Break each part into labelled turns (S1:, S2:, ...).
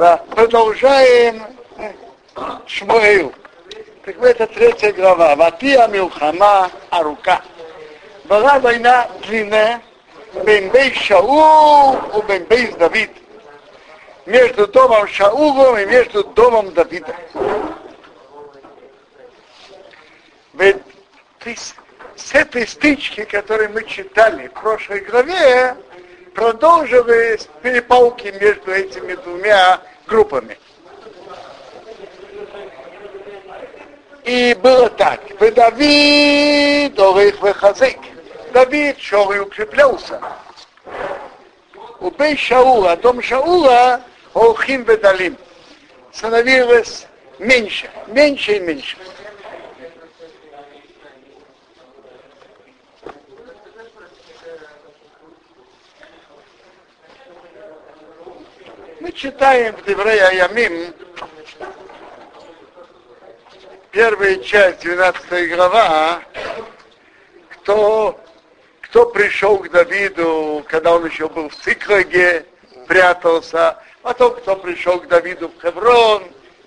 S1: Да, продолжаем Шмуэл. Так вот, это 3 глава. Ватия Милхама Арука. Была война длинная, бен бейс Шаул и бен бейс Давид. Между домом Шаулом и между домом Давида. Ведь с этой стычки, которую мы читали в прошлой главе, продолжились перепалки между этими двумя группами. И было так. Давид, Давид шел и укреплялся. У бей Шаула, дом Шаула, Олхим Бедалим, становилось меньше и меньше. Мы читаем в Деврей Аямим, первая часть, 12 глава, кто пришел к Давиду, когда он еще был в Циклаге, прятался, потом кто пришел к Давиду в Хеврон.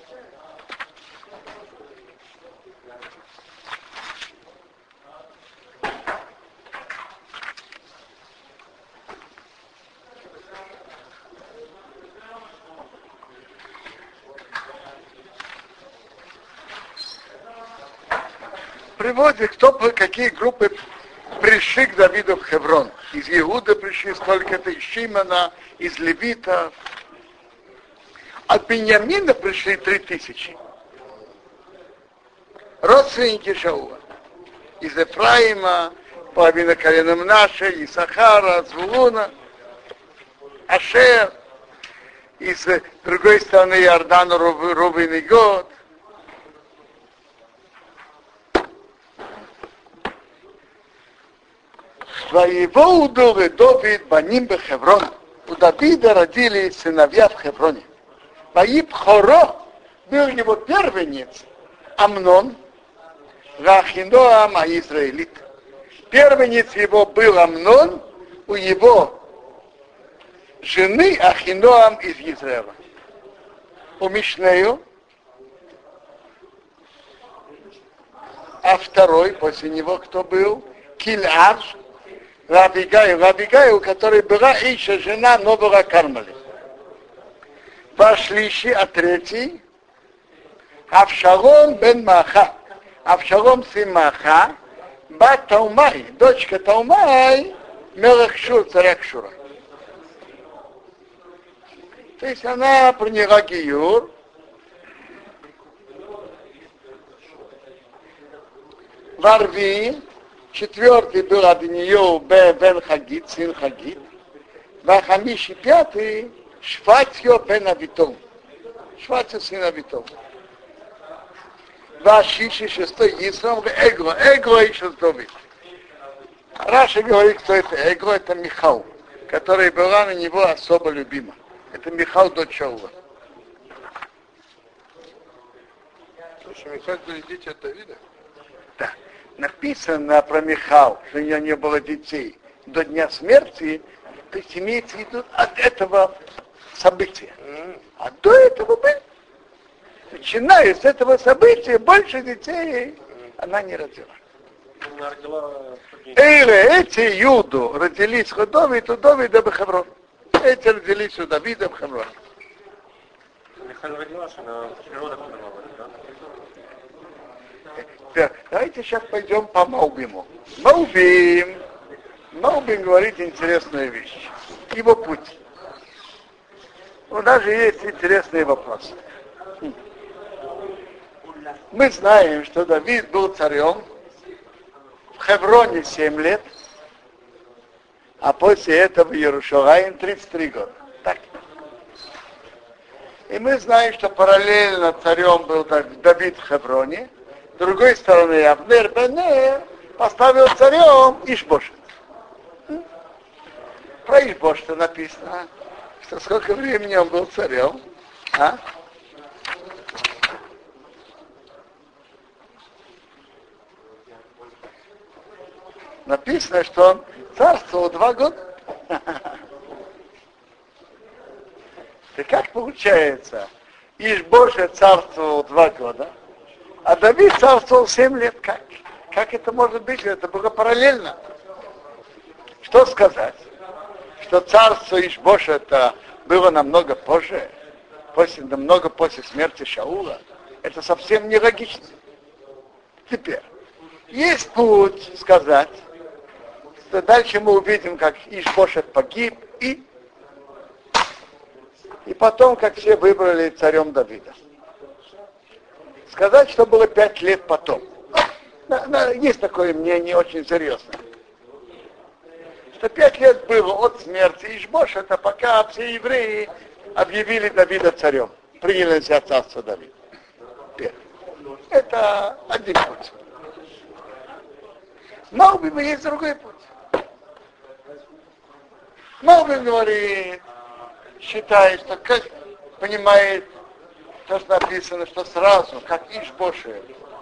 S1: Приводит, какие группы пришли к Давиду в Хеврон. Из Иуда пришли столько-то, из Шимона, из Левитов. От Беньямина пришли 3000. Родственники Шаула. Из Ефраима, половина колена Мнаша, из Сахара, Звулуна, Ашер. Из другой стороны Иордана, Рувен и Год. Воевал удовы Давид баним бе Хеврон. У Давида родились сыновья в Хевроне. Воиб Хоро был его первенец Амнон, Рахиноам Израилит. Первенец его был Амнон, у его жены Ахиноам из Израиля. У Мишнею, а второй после него кто был? Килар, Рабигаил, которая была еще жена нового Кармали. Вошлищи, а третий, Авшалом бен Маха. Авшалом сын Маха, бат Таумай, дочка Таумай, Мелех Шур, царя Шура. То есть она приняла Гиюр. Варви, 4 был Адиньев бен Хагит, сын Хагит. Вахамиши 5 Шфатьо бен Авитом. Шфатьо сын Авитом. Вашиши 6 Исрам Эгло. Эгло еще Давид. Раша говорит, кто это Эгло, это Михал, которая была на него особо любима. Это Михал дочь Шаула.
S2: Слушай, Михал были дети от Давида?
S1: Да. Написано про Михал, что у нее не было детей до дня смерти, то есть имеется в виду от этого события. А до этого было. Начиная с этого события, больше детей она не родила. Эти Юду родились у Давида в Хеврон. Эти родились у Давида в Хеврон.
S3: Михаил родила, что она природа была,
S1: да? Давайте сейчас пойдем по Маубиму. Маубим говорит интересную вещь. Его путь. У нас же есть интересные вопросы. Мы знаем, что Давид был царем в Хевроне 7 лет, а после этого в Иерушалаим 33 года. Так. И мы знаем, что параллельно царем был Давид в Хевроне, с другой стороны Авнер бен Нер поставил царем Ишбошет. Про Ишбошета написано, что сколько времени он был царем. А? Написано, что он царствовал 2 года. Так как получается, Иш-Боше царствовал 2 года, а Давид царствовал 7 лет. Как это может быть? Это было параллельно. Что сказать? Что царство Иш-Боше это было намного позже, намного после смерти Шаула. Это совсем нелогично. Теперь, есть путь сказать, что дальше мы увидим, как Иш-Бошет погиб, и потом, как все выбрали царем Давида. Сказать, что было 5 лет потом. Есть такое мнение очень серьезное. Что 5 лет было от смерти Иш-Бошета, пока все евреи объявили Давида царем. Приняли на себя царство Давида. Это один путь. Малбим есть другой путь. Малбим говорит, считает, что как понимает то, что написано, что сразу, как Иш-Боше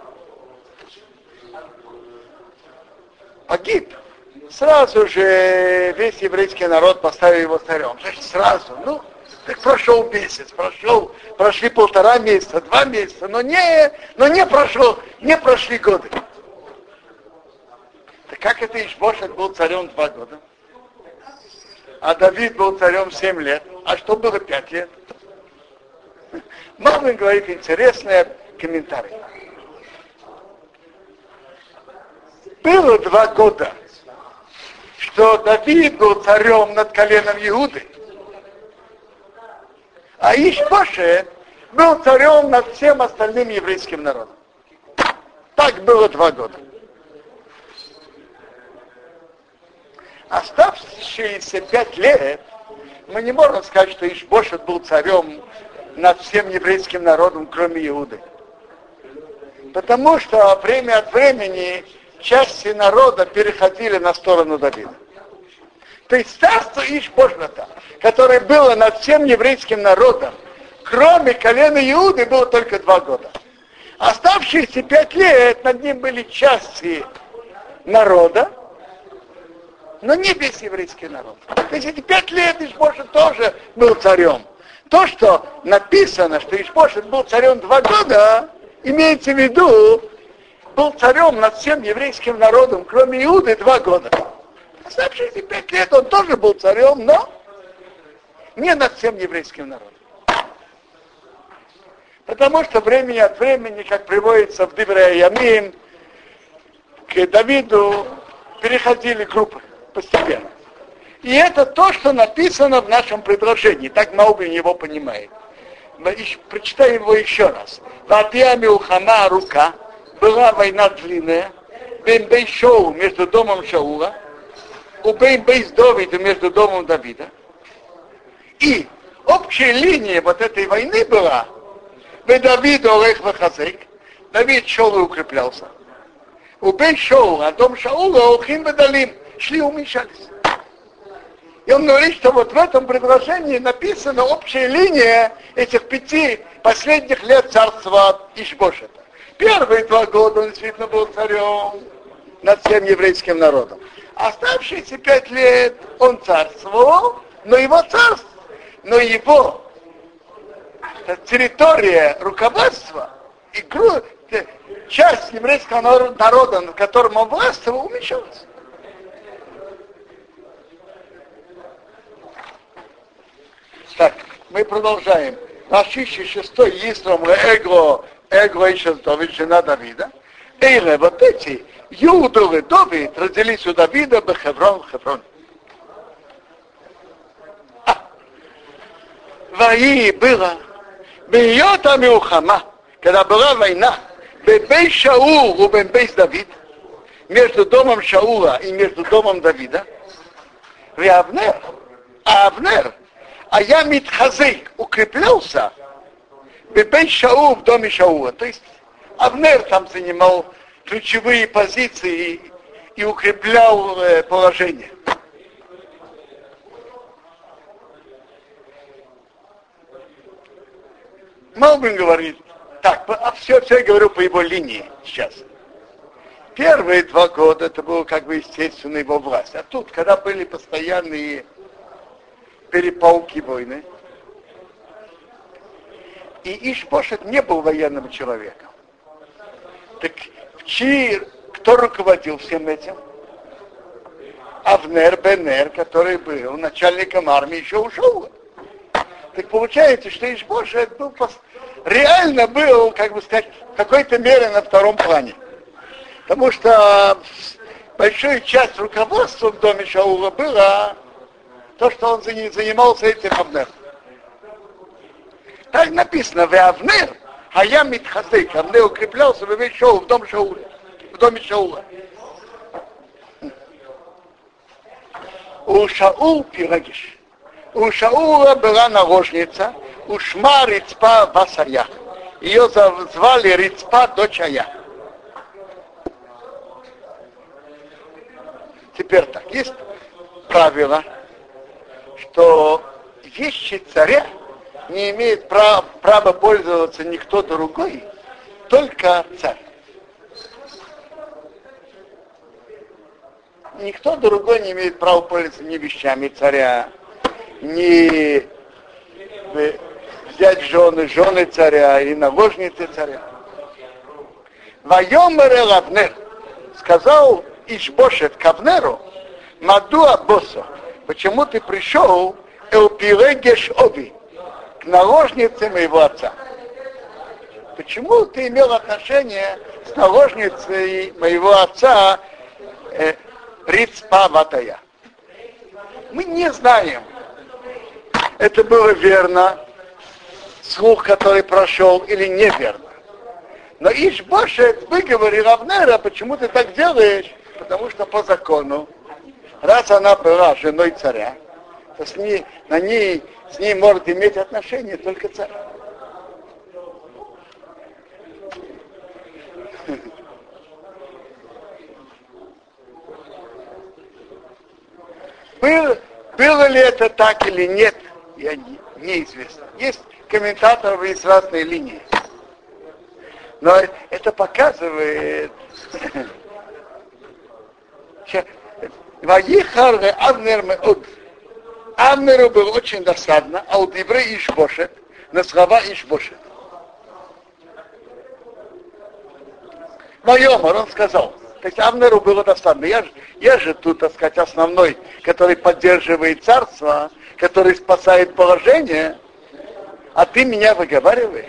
S1: погиб, сразу же весь еврейский народ поставил его царем. Значит, сразу, так прошел месяц, прошли 1,5 месяца, 2 месяца, но не прошли годы. Так как это Иш-Бошет был царем 2 года? А Давид был царем 7 лет. А что было 5 лет? Малбим говорит интересный комментарий. Было 2 года, что Давид был царем над коленом Иуды, а Иш-Бошет был царем над всем остальным еврейским народом. Так было 2 года. Оставшиеся 5 лет мы не можем сказать, что Иш-Бошет был царем над всем еврейским народом, кроме Иуды. Потому что время от времени части народа переходили на сторону Давида. То есть царство Иш-Бошета, которое было над всем еврейским народом, кроме колена Иуды, было только 2 года. Оставшиеся 5 лет над ним были части народа, но не весь еврейский народ. То есть эти 5 лет Иш-Бошет тоже был царем. То, что написано, что Иш-Бошет был царем 2 года, имеется в виду, был царем над всем еврейским народом, кроме Иуды, 2 года. Оставшиеся 5 лет он тоже был царем, но не над всем еврейским народом. Потому что времени от времени, как приводится в Диврей Ямим, к Давиду переходили группы постепенно. И это то, что написано в нашем предложении. Так Малбим его понимает. Мы прочитаем его еще раз. Ватия Милхама рука. Была война длинная. Бен Бей Шоу между домом Шаула. У Бен Бей Давида между домом Давида. И общая линия вот этой войны была. Давид Олег Вахазек. Давид шел и укреплялся. У Бен Шоу, а дом Шаула Олхим Бедалим. Шли и уменьшались. И он говорит, что вот в этом предложении написана общая линия этих 5 последних лет царства Иш-Бошета. Первые 2 года он действительно был царем над всем еврейским народом. Оставшиеся 5 лет он царствовал, но его территория руководства и часть еврейского народа, над которым он властвовал, уменьшилась. Так, мы продолжаем. Нашищи 6 Йисром Эго еще жена Давида. Эйле, вот эти Иуду и Давид родились у Давида в Хеврон. Ваи было Бейота Милхама, когда была война, Бей Шаул у Бей Давид, между домом Шаула и между домом Давида, Авнер, а я Митхазейк укреплялся Бей Шаул в доме Шаула. То есть Авнер там занимал ключевые позиции и укреплял положение. Малбим говорит, так, все я говорю по его линии сейчас. Первые 2 года это было как бы естественно его власть. А тут, когда были постоянные перепалки войны, И Иш-Бошет не был военным человеком. Так кто руководил всем этим? Авнер бен-Нер, который был начальником армии еще у Шаула. Так получается, что Иш-Бошет был реально был, как бы сказать, в какой-то мере на втором плане. Потому что большая часть руководства в доме Шаула была то, что он занимался этим Авнер. Так написано, в Авнер, а я Митхасейк, Авнер укреплялся в весь Шаул, в доме Шаула. У Шаул пирогиш. У Шаула была наложница, у Шма Рицпа Васая. Ее звали Рицпа, дочь Ая. Теперь так, есть правило, что вещи царя не имеет права пользоваться никто другой, только царь. Никто другой не имеет права пользоваться ни вещами царя, ни взять жены царя и наложницы царя. Вайомер эл Авнер, сказал Иш-Бошет к Авнеру, Мадуа Босо, почему ты пришел элпирегеш оби, к наложнице моего отца? Почему ты имел отношение с наложницей моего отца Рицпа Ватая? Мы не знаем, это было верно, слух, который прошел, или неверно. Но Иш-Бошет выговорил Авнера, почему ты так делаешь? Потому что по закону, раз она была женой царя, то с ней может иметь отношение только царь. Было ли это так или нет, неизвестно. Есть комментаторы из разной линии. Но это показывает... Авнеру было очень досадно, а у Диврей Иш-Бошет, на слова Иш-Бошет. Вайомар, он сказал, то есть Авнеру было досадно. Я же тут, так сказать, основной, который поддерживает царство, который спасает положение, а ты меня выговариваешь.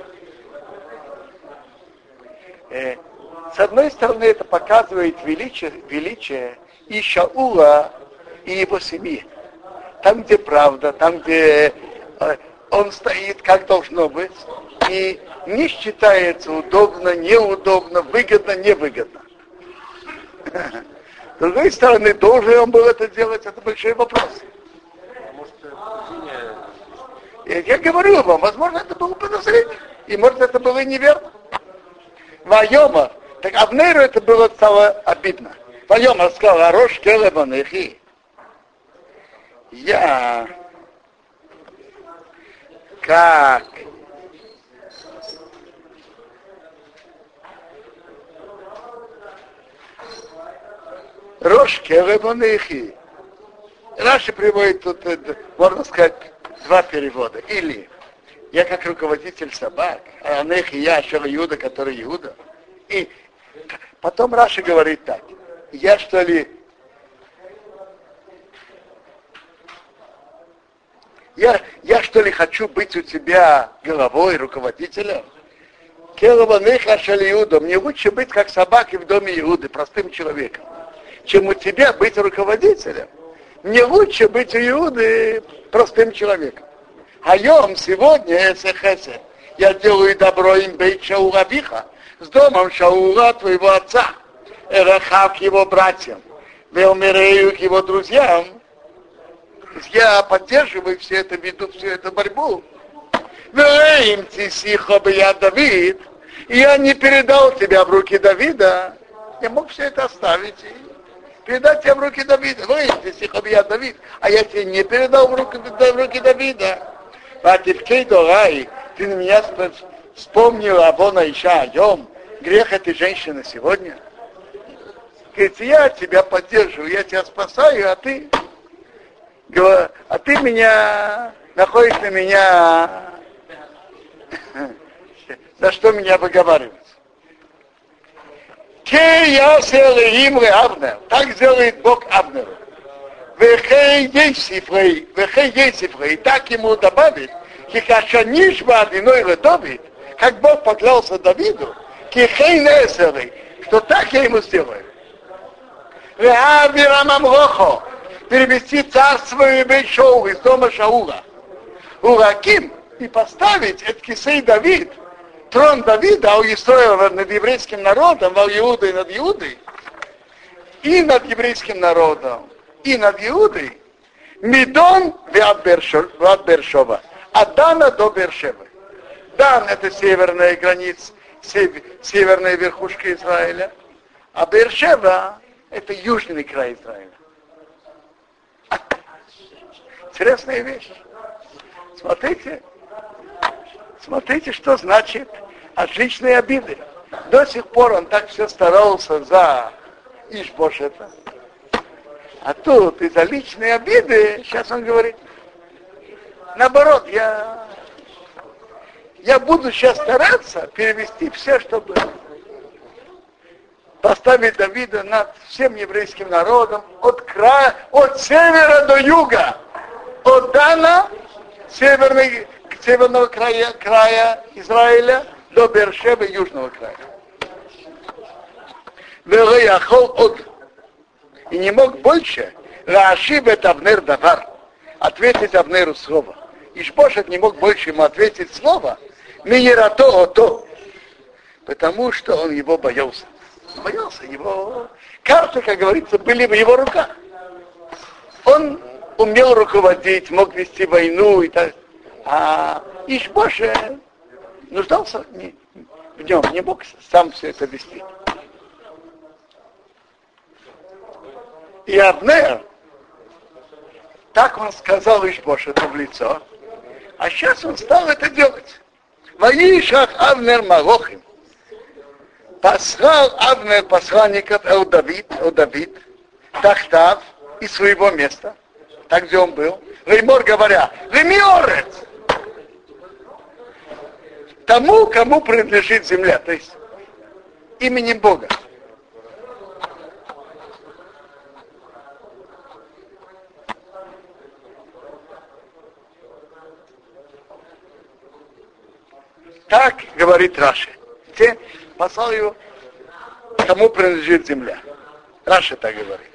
S1: С одной стороны, это показывает величие и Шаула, и его семьи. Там, где правда, там, где он стоит, как должно быть, и не считается удобно, неудобно, выгодно, невыгодно. С другой стороны, должен он был это делать, это большой вопрос. Я говорю вам, возможно, это было подозрение, и может это было и неверно. Вайомар, так Авнеру это было стало обидно. Вайомар сказал, Арош Келебанехи. Я как Рош Келебанехи. Раши приводит тут, можно сказать, два перевода. Или я как руководитель собак, а Нехи я, Шер Иуда, который Иуда. И потом Раши говорит так. Я что ли что ли хочу быть у тебя головой, руководителем? Келованеха Шер Иуда. Мне лучше быть как собаки в доме Иуды, простым человеком, чем у тебя быть руководителем. Мне лучше быть у Иуды простым человеком. Айом, сегодня, Эсэхэсэ, я делаю добро им бейт Шаула Биха, с домом Шаула, твоего отца, Эрахав к его братьям, Веомерею к его друзьям. Я поддерживаю все это, веду всю эту борьбу. Веем тисихо бия Давид, и я не передал тебя в руки Давида. Я мог все это оставить и передать тебя в руки Давида. Веем тисихо бия Давид, а я тебе не передал в руки Давида. А теперь, Дорай, ты на меня вспомнил Авона Иша Айом, грех этой женщины сегодня. Говорит, я тебя поддерживаю, я тебя спасаю, а ты меня, находишь на меня за что меня выговаривать. Так сделает Бог Авнеру. И так ему добавит, как Бог поклялся Давиду, что так я ему сделаю. Перевести царство из дома Шаула. Ураким и поставить этот Кисей Давид, трон Давида, устроил над еврейским народом, вал Иудой над Иудой, и над еврейским народом, и над Иудой, Мидон от Бершова, от Дана до Бершевы. Дан — это северная граница, северная верхушка Израиля, а Бершева — это южный край Израиля. Интересная вещь. Смотрите, что значит отличные обиды. До сих пор он так все старался за Иш-Бошета. А тут из-за личной обиды, сейчас он говорит, наоборот, я буду сейчас стараться перевести все, чтобы поставить Давида над всем еврейским народом от севера до юга, от Дана, северного края Израиля, до Бершевы, южного края. И не мог больше Раашибет Авнер Давар, ответить Авнеру слово. Иш-Бошет не мог больше ему ответить слово, Миерато Ото, потому что он его боялся. Боялся его. Карты, как говорится, были в его руках. Он умел руководить, мог вести войну и так. А Иш-Бошет нуждался в нем, не мог сам все это вести. И Авнер, так он сказал Иш-Бошету в лицо, а сейчас он стал это делать. Ваишах Авнер Малохим. Послал Авнер посланников Давид, Тахтав из своего места, так где он был, Леймор говоря, Лемиорец, тому, кому принадлежит земля, то есть именем Бога. Так говорит Раши. Послал его, кому принадлежит земля. Раши так говорит.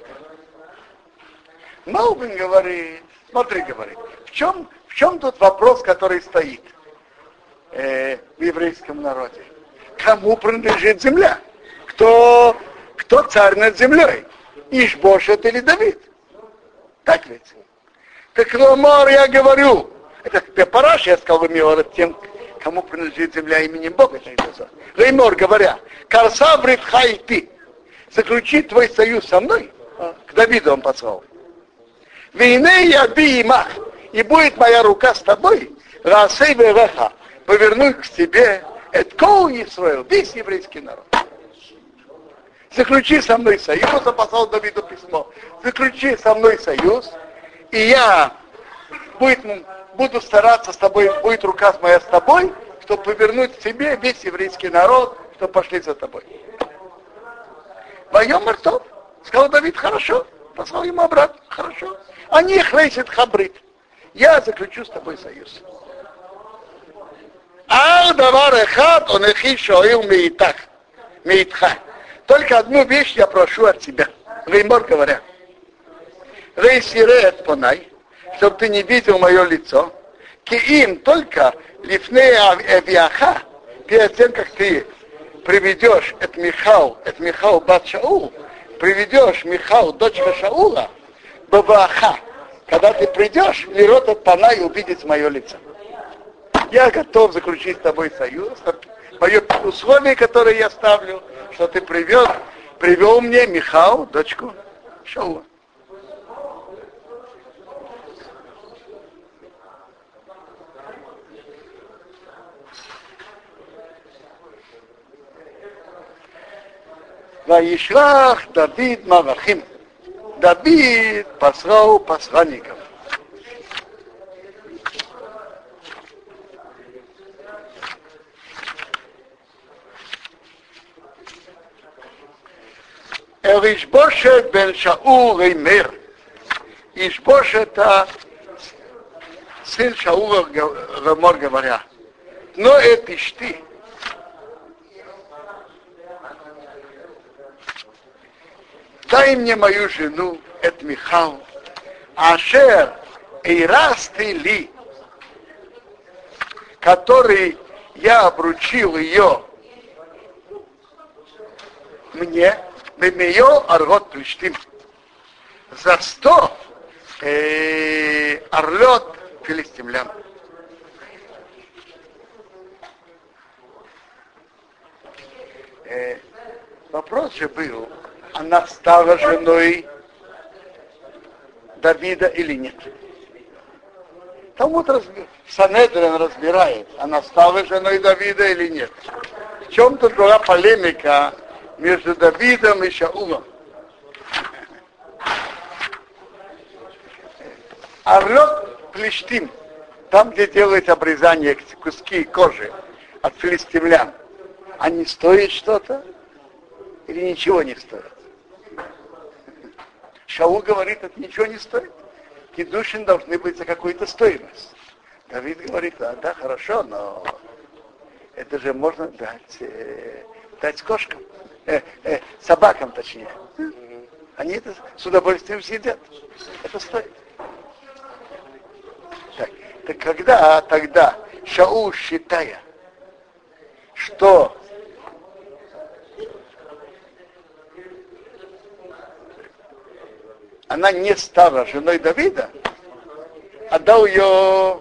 S1: Малбин говорит, говорит, в чем тут вопрос, который стоит в еврейском народе? Кому принадлежит земля? Кто царь над землей? Иш-Бошет или Давид? Так ведь? Так Ломар, я говорю, это Пепараш, я сказал, тем, кому принадлежит земля именем Бога. Леймор, говоря, Карса Бритха и ты, заключи твой союз со мной, к Давиду он послал. Вейне я би имах, и будет моя рука с тобой, Расей Вереха, поверну к тебе, Эткоу Исраил, весь еврейский народ. Заключи со мной союз, он послал Давиду письмо, заключи со мной союз, и я буду стараться с тобой, будет рука моя с тобой, чтобы повернуть к тебе весь еврейский народ, чтобы пошли за тобой. Воем Мартов, сказал Давид, хорошо, послал ему обратно, хорошо. Они хлейсит хабрит, я заключу с тобой союз. Ар-давар эхад, он эхи шоил меитха. Только одну вещь я прошу от тебя. Веймор говоря, рейсирет понай, чтобы ты не видел мое лицо, киим только лифнея авиаха, перед тем, как ты приведешь от Михал бат Шаул, приведешь Михал, дочка Шаула, бабаха, когда ты придешь, лирот от пана и увидеть мое лицо. Я готов заключить с тобой союз, мое условие, которое я ставлю, что ты привел мне Михал, дочку Шаула. Ваишлах Давид Малахим. Давид послал посланников. Ишбошет бен Шаул Реймер. Ишбошет это сын Шаула Рамор говоря. Но это ты. Дай мне мою жену, это Михал. Ашер Эйрасты ли, который я обручил ее мне, мемеё аргот плештим, за 100 орлет филистимлян. Вопрос же был, она стала женой Давида или нет. Талмуд Санедрин разбирает, она стала женой Давида или нет. В чем тут была полемика между Давидом и Шаулом? Орлет Плештим, там, где делают обрезание куски кожи от филистимлян, они стоят что-то или ничего не стоят? Шаул говорит, это ничего не стоит. Кидушин должны быть за какую-то стоимость. Давид говорит, да, хорошо, но это же можно дать кошкам, собакам точнее. Они это с удовольствием съедят. Это стоит. Так когда тогда Шаул, считая, что она не стала женой Давида, отдал ее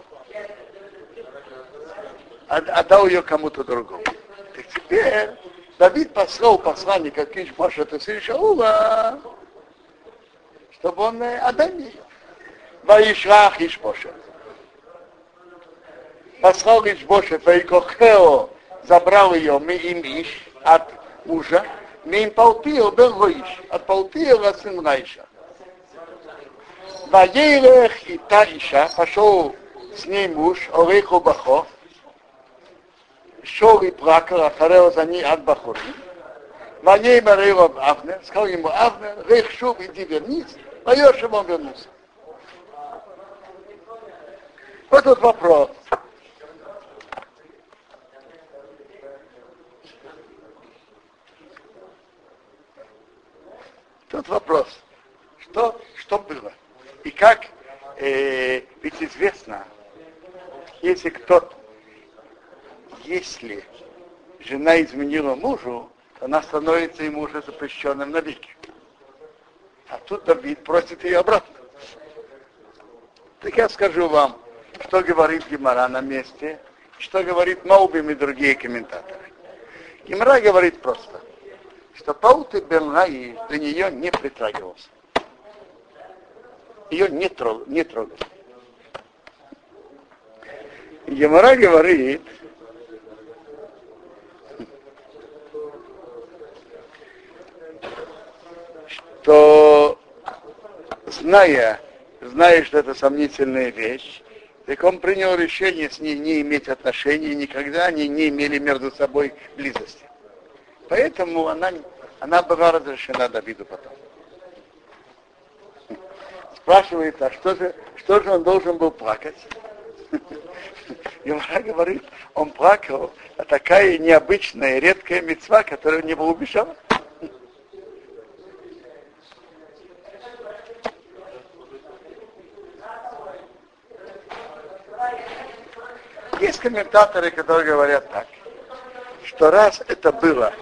S1: кому-то другому. Так теперь Давид послал посланника к Ишбошету сын Шаула, чтобы он отдал ее. Ваишрах Ишбошет. Послал Ишбошет, Ваикохео, забрал ее Миимиш от мужа, Миимпалтио Бергоиш, от Палтио сын Райша. Ваерех и Таиша, пошел с ней муж, Ореху Бахо, шел и плакал, ахарео за ней от Бахури. Ваей Марейлов Авнер, сказал ему Авнер, Рех шуб, иди вернись, Ваешем он вернулся. Вот тут вопрос. Тут вопрос. Что было? И как, ведь известно, если жена изменила мужу, то она становится ему уже запрещенным навеки. А тут Давид просит ее обратно. Так я скажу вам, что говорит Гемара на месте, что говорит Маубим и другие комментаторы. Гемара говорит просто, что Пауты бен Раи до нее не притрагивался. Ее не трогал. Гемара говорит, что зная, что это сомнительная вещь, так он принял решение с ней не иметь отношений, никогда они не имели между собой близости. Поэтому она была разрешена Давиду потом. Спрашивает, а что же он должен был плакать? Гемара говорит, он плакал, а такая необычная, редкая мицва, которая не была убежала. Есть комментаторы, которые говорят так, что раз это было,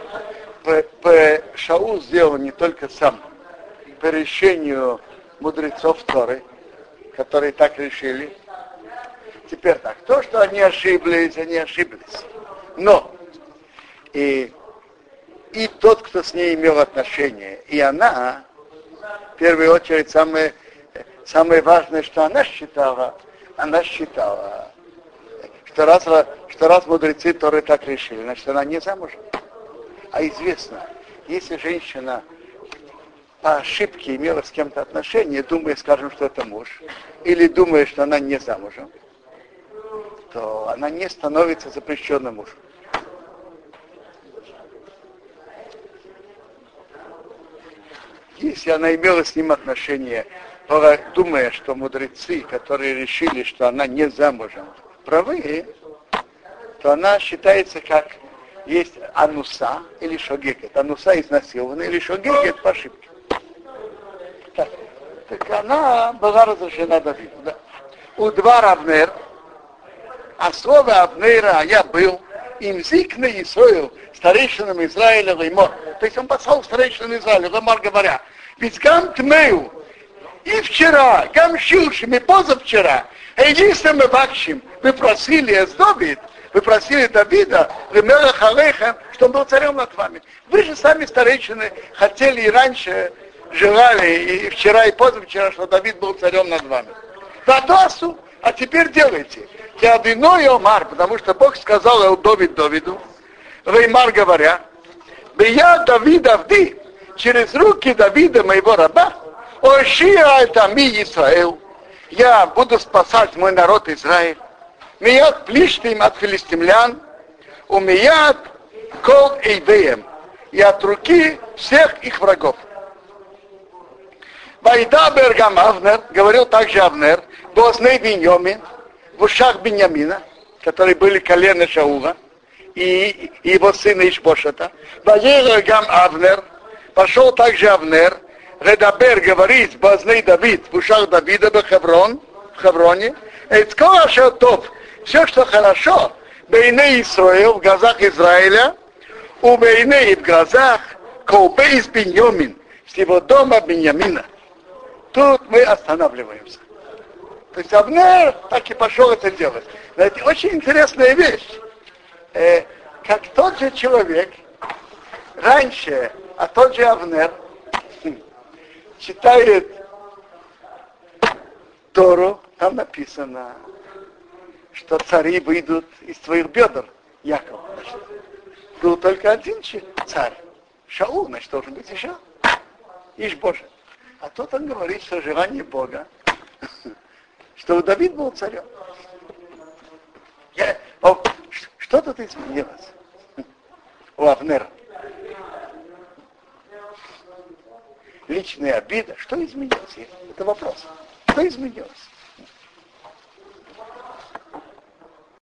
S1: Шаул сделал не только сам, по решению мудрецов Торы, которые так решили. Теперь так, то, что они ошиблись. Но и тот, кто с ней имел отношение, и она, в первую очередь, самое важное, что она считала, что раз мудрецы Торы так решили, значит, она не замужем. А известно, если женщина по ошибке имела с кем-то отношение, думая, скажем, что это муж, или думая, что она не замужем, то она не становится запрещенным мужем. если она имела с ним отношения, думая, что мудрецы, которые решили, что она не замужем, правы, то она считается как есть ануса или шогегет. Ануса изнасилована или шогегет по ошибке. Так она была разрешена Давиду. Да. У два Авнер, а слово Авнера я был, им зикны Исраил, старейшинам Израиля Леймор. То есть он послал старейшинам Израиля, Леймор говоря, ведь гам тмею, и вчера, гам щилшим, и позавчера, единственным мы вакшим, вы просили Эздовид, вы просили Давида, что он был царем над вами. Вы же сами старейшины хотели и раньше, желали, и вчера, и позавчера, что Давид был царем над вами. Ватасу, а теперь делайте. Теодиной Омар, потому что Бог сказал Давиду, Веймар говоря, я Давида вди, через руки Давида, моего раба, Ошия это ми Исраил, я буду спасать мой народ Израиль. Мият плиштим от филистимлян, у мият кол эйвеем, и от руки всех их врагов. Вайдабер гам Авнер, говорил также Авнер, Бозней Биньомин, в ушах Биньямина, которые были колены Шаула, и его сына Ишбошета. Вайдабер гам Авнер, пошел также Авнер, Редабер говорит, Бозней Давид, в ушах Давида в Хевроне, Эцкола Шатов, все, что хорошо, Бейней Исраил, в глазах Израиля, у Бейней в глазах Колбейс Биньомин, с его дома Биньямина. Тут мы останавливаемся. То есть Авнер так и пошел это делать. Но это очень интересная вещь. Как тот же человек, раньше, а тот же Авнер, читает Тору, там написано, что цари выйдут из твоих бедер, Яков. Значит, был только один царь, Шаул, значит, должен быть еще Ишбошет. А тут он говорит, что желание Бога, что Давид был царем. Что тут изменилось у Авнера? Личная обида. Что изменилось? Это вопрос. Что изменилось?